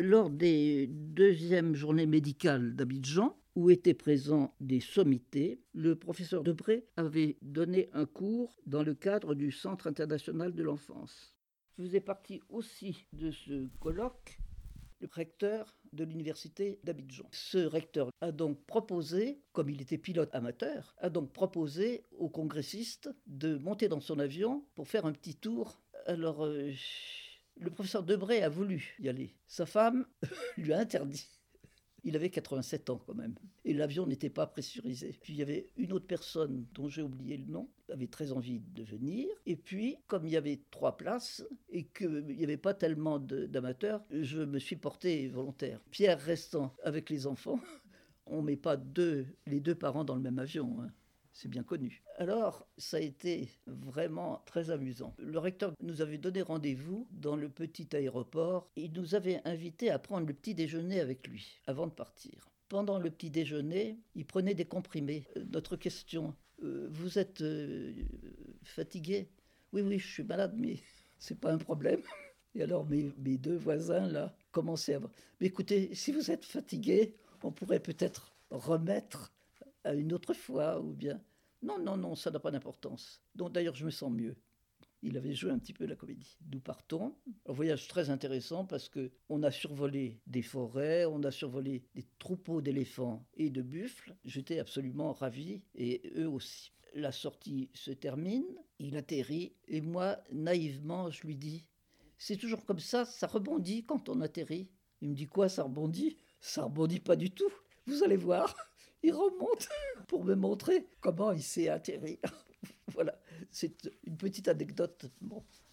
lors des deuxièmes journées médicales d'Abidjan, où étaient présents des sommités, le professeur Debré avait donné un cours dans le cadre du Centre international de l'enfance. Faisait partie aussi de ce colloque le recteur de l'université d'Abidjan. Ce recteur a donc proposé, comme il était pilote amateur, a donc proposé aux congressistes de monter dans son avion pour faire un petit tour. Alors, le professeur Debré a voulu y aller. Sa femme lui a interdit. Il avait 87 ans quand même. Et l'avion n'était pas pressurisé. Puis il y avait une autre personne dont j'ai oublié le nom, avait très envie de venir. Et puis, comme il y avait 3 places et qu'il n'y avait pas tellement d'amateurs, je me suis porté volontaire. Pierre restant avec les enfants, on ne met pas les deux parents dans le même avion, hein. C'est bien connu. Alors, ça a été vraiment très amusant. Le recteur nous avait donné rendez-vous dans le petit aéroport et il nous avait invités à prendre le petit déjeuner avec lui avant de partir. Pendant le petit déjeuner, il prenait des comprimés. Notre question, vous êtes fatigué? Oui, oui, je suis malade, mais c'est pas un problème. Et alors mes deux voisins, là, commençaient à... Mais écoutez, si vous êtes fatigué, on pourrait peut-être remettre à une autre fois, ou bien... Non, non, non, ça n'a pas d'importance. Donc d'ailleurs, je me sens mieux. Il avait joué un petit peu la comédie. Nous partons. Un voyage très intéressant parce qu'on a survolé des forêts, on a survolé des troupeaux d'éléphants et de buffles. J'étais absolument ravi et eux aussi. La sortie se termine, il atterrit et moi, naïvement, je lui dis « C'est toujours comme ça rebondit quand on atterrit ». Il me dit « Quoi, ça rebondit ?» Ça rebondit pas du tout. Vous allez voir. Il remonte pour me montrer comment il s'est atterri. Voilà, c'est une petite anecdote. Bon,